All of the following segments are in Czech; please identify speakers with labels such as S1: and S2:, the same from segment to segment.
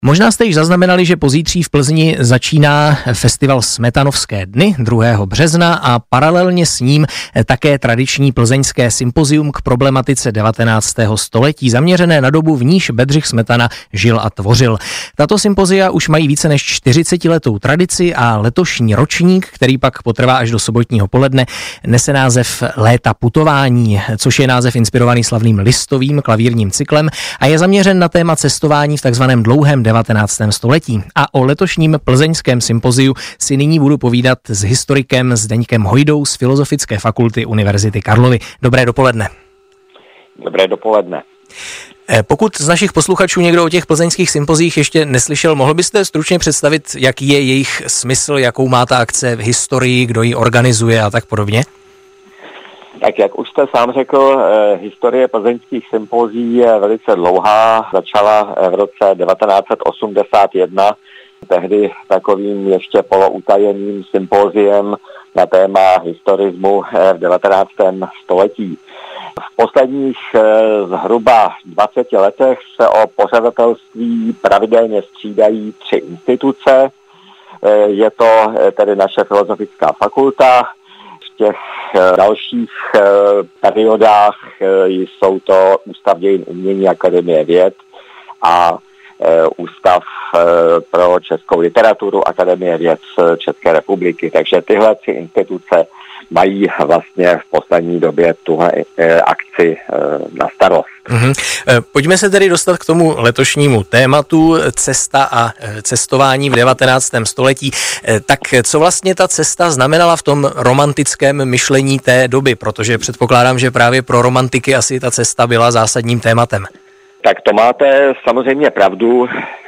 S1: Možná jste již zaznamenali, že pozítří v Plzni začíná festival Smetanovské dny 2. března a paralelně s ním také tradiční plzeňské sympozium k problematice 19. století, zaměřené na dobu, v níž Bedřich Smetana žil a tvořil. Tato sympozia už mají více než 40letou tradici a letošní ročník, který pak potrvá až do sobotního poledne, nese název Léta putování, což je název inspirovaný slavným Listovým klavírním cyklem a je zaměřen na téma cestování v takzvaném dlouhém 19. století. A o letošním plzeňském sympoziu si nyní budu povídat s historikem Zdeňkem Hojdou z Filozofické fakulty Univerzity Karlovy. Dobré dopoledne.
S2: Dobré dopoledne.
S1: Pokud z našich posluchačů někdo o těch plzeňských sympozích ještě neslyšel, mohl byste stručně představit, jaký je jejich smysl, jakou má ta akce v historii, kdo ji organizuje a tak podobně?
S2: Tak jak už jste sám řekl, historie plzeňských sympozí je velice dlouhá. Začala v roce 1981, tehdy takovým ještě poloutajeným sympoziem na téma historismu v 19. století. V posledních zhruba 20 letech se o pořadatelství pravidelně střídají 3 instituce. Je to tedy naše Filozofická fakulta. V těch dalších periodách jsou to Ústav dějin umění Akademie věd a Ústav pro českou literaturu Akademie věd České republiky. Takže tyhle 3 instituce mají vlastně v poslední době tuhle akci na starost.
S1: Pojďme se tedy dostat k tomu letošnímu tématu cesta a cestování v 19. století. Tak co vlastně ta cesta znamenala v tom romantickém myšlení té doby? Protože předpokládám, že právě pro romantiky asi ta cesta byla zásadním tématem.
S2: Tak to máte samozřejmě pravdu.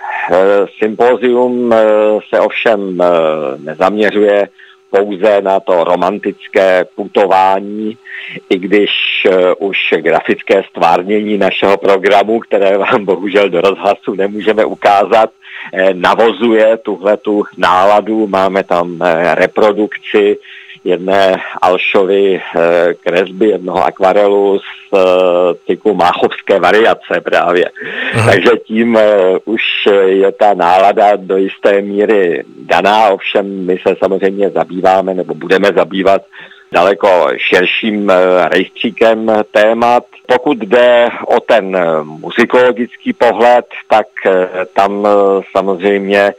S2: Sympózium se ovšem nezaměřuje pouze na to romantické putování, i když už grafické stvárnění našeho programu, které vám bohužel do rozhlasu nemůžeme ukázat, navozuje tuhletu náladu. Máme tam reprodukci jedné Alšovy kresby, jednoho akvarelu z cyklu Máchovské variace právě. Takže tím už je ta nálada do jisté míry daná, ovšem my se samozřejmě zabýváme nebo budeme zabývat daleko širším rejstříkem témat. Pokud jde o ten muzikologický pohled, tak tam samozřejmě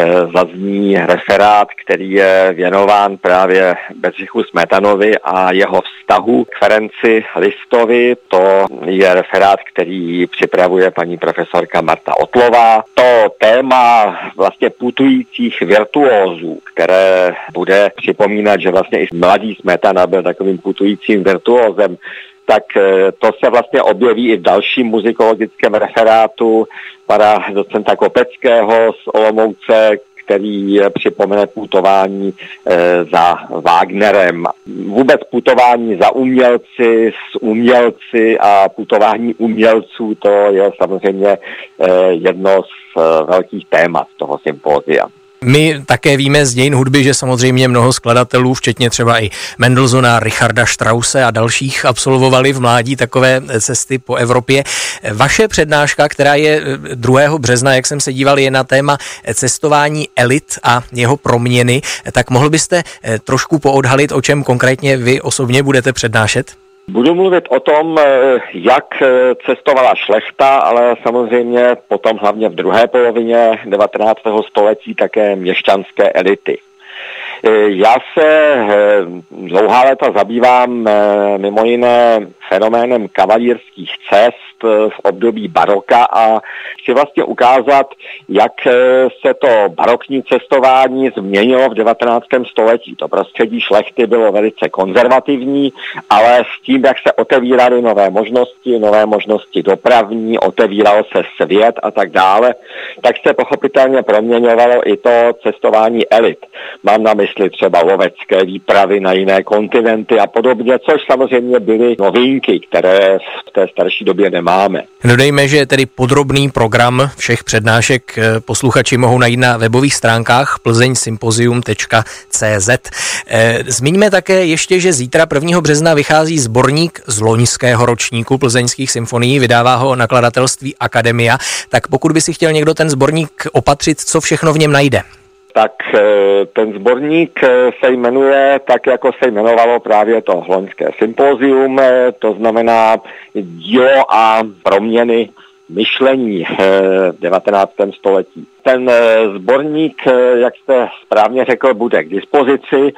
S2: zazní referát, který je věnován právě Bedřichu Smetanovi a jeho vztahu k Ferenci Listovi. To je referát, který připravuje paní profesorka Marta Otlová. To téma vlastně putujících virtuózů, které bude připomínat, že vlastně i mladý Smetana byl takovým putujícím virtuózem, tak to se vlastně objeví i v dalším muzikologickém referátu pana docenta Kopeckého z Olomouce, který připomene putování za Wagnerem. Vůbec putování za umělci, s umělci a putování umělců, to je samozřejmě jedno z velkých témat toho sympózia.
S1: My také víme z dějin hudby, že samozřejmě mnoho skladatelů, včetně třeba i Mendelssohna, Richarda Strause a dalších, absolvovali v mládí takové cesty po Evropě. Vaše přednáška, která je 2. března, jak jsem se díval, je na téma cestování elit a jeho proměny. Tak mohl byste trošku poodhalit, o čem konkrétně vy osobně budete přednášet?
S2: Budu mluvit o tom, jak cestovala šlechta, ale samozřejmě potom hlavně v druhé polovině 19. století také měšťanské elity. Já se dlouhá léta zabývám mimo jiné fenoménem kavalírských cest v období baroka a chci vlastně ukázat, jak se to barokní cestování změnilo v 19. století. To prostředí šlechty bylo velice konzervativní, ale s tím, jak se otevíraly nové možnosti dopravní, otevíral se svět a tak dále, tak se pochopitelně proměňovalo i to cestování elit. Mám na mysli mysli třeba lovecké výpravy na jiné kontinenty a podobně, což samozřejmě byly novinky, které v té starší době nemáme.
S1: Dodejme, že tedy podrobný program všech přednášek posluchači mohou najít na webových stránkách plzeňsympozium.cz. Zmiňme také ještě, že zítra 1. března vychází sborník z loňského ročníku plzeňských symfonií, vydává ho nakladatelství Akademia. Tak pokud by si chtěl někdo ten sborník opatřit, co všechno v něm najde?
S2: Tak ten sborník se jmenuje tak, jako se jmenovalo právě to loňské sympózium, to znamená dílo a proměny myšlení v 19. století. Ten sborník, jak jste správně řekl, bude k dispozici,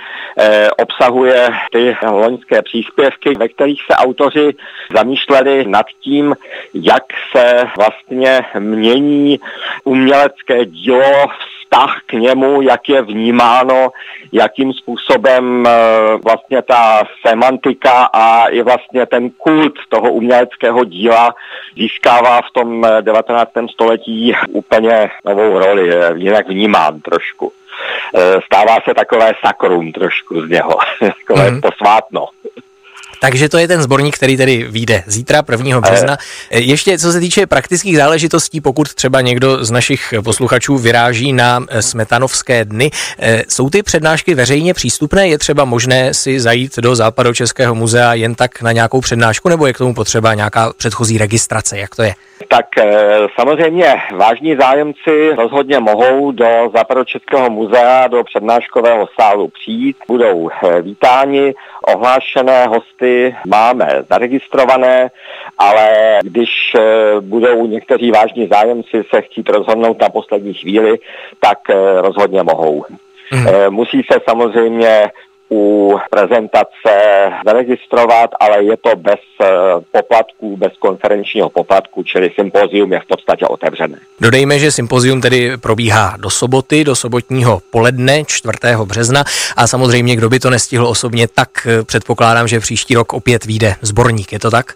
S2: obsahuje ty loňské příspěvky, ve kterých se autoři zamýšleli nad tím, jak se vlastně mění umělecké dílo, vztah k němu, jak je vnímáno, jakým způsobem vlastně ta semantika a i vlastně ten kult toho uměleckého díla získává v tom 19. století úplně novou roli, jinak vnímám trošku. Stává se takové sakrum trošku z něho, takové posvátno.
S1: Takže to je ten sborník, který tedy vyjde zítra 1. března. Ještě co se týče praktických záležitostí, pokud třeba někdo z našich posluchačů vyráží na Smetanovské dny, jsou ty přednášky veřejně přístupné? Je třeba možné si zajít do Západočeského muzea jen tak na nějakou přednášku, nebo je k tomu potřeba nějaká předchozí registrace? Jak to je?
S2: Tak samozřejmě vážní zájemci rozhodně mohou do Západočeského muzea, do přednáškového sálu přijít, budou vítáni, ohlášené hosty máme zaregistrované, ale když budou někteří vážní zájemci se chtít rozhodnout na poslední chvíli, tak rozhodně mohou. Musí se samozřejmě u prezentace zaregistrovat, ale je to bez poplatků, bez konferenčního poplatku, čili sympózium je v podstatě otevřené.
S1: Dodejme, že sympózium tedy probíhá do soboty, do sobotního poledne 4. března a samozřejmě, kdo by to nestihl osobně, tak předpokládám, že příští rok opět vyjde sborník, je to tak?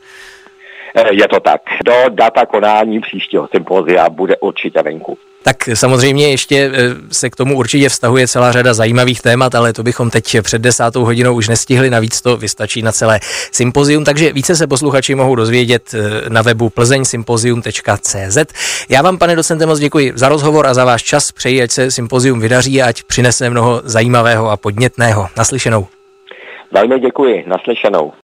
S2: Je to tak. Do data konání příštího sympózia bude určitě venku.
S1: Tak samozřejmě ještě se k tomu určitě vztahuje celá řada zajímavých témat, ale to bychom teď před 10. hodinou už nestihli, navíc to vystačí na celé sympozium, takže více se posluchači mohou dozvědět na webu plzeňsympozium.cz. Já vám, pane docente, moc děkuji za rozhovor a za váš čas, přeji, ať se sympozium vydaří a ať přinese mnoho zajímavého a podnětného. Naslyšenou.
S2: Velmi děkuji, naslyšenou.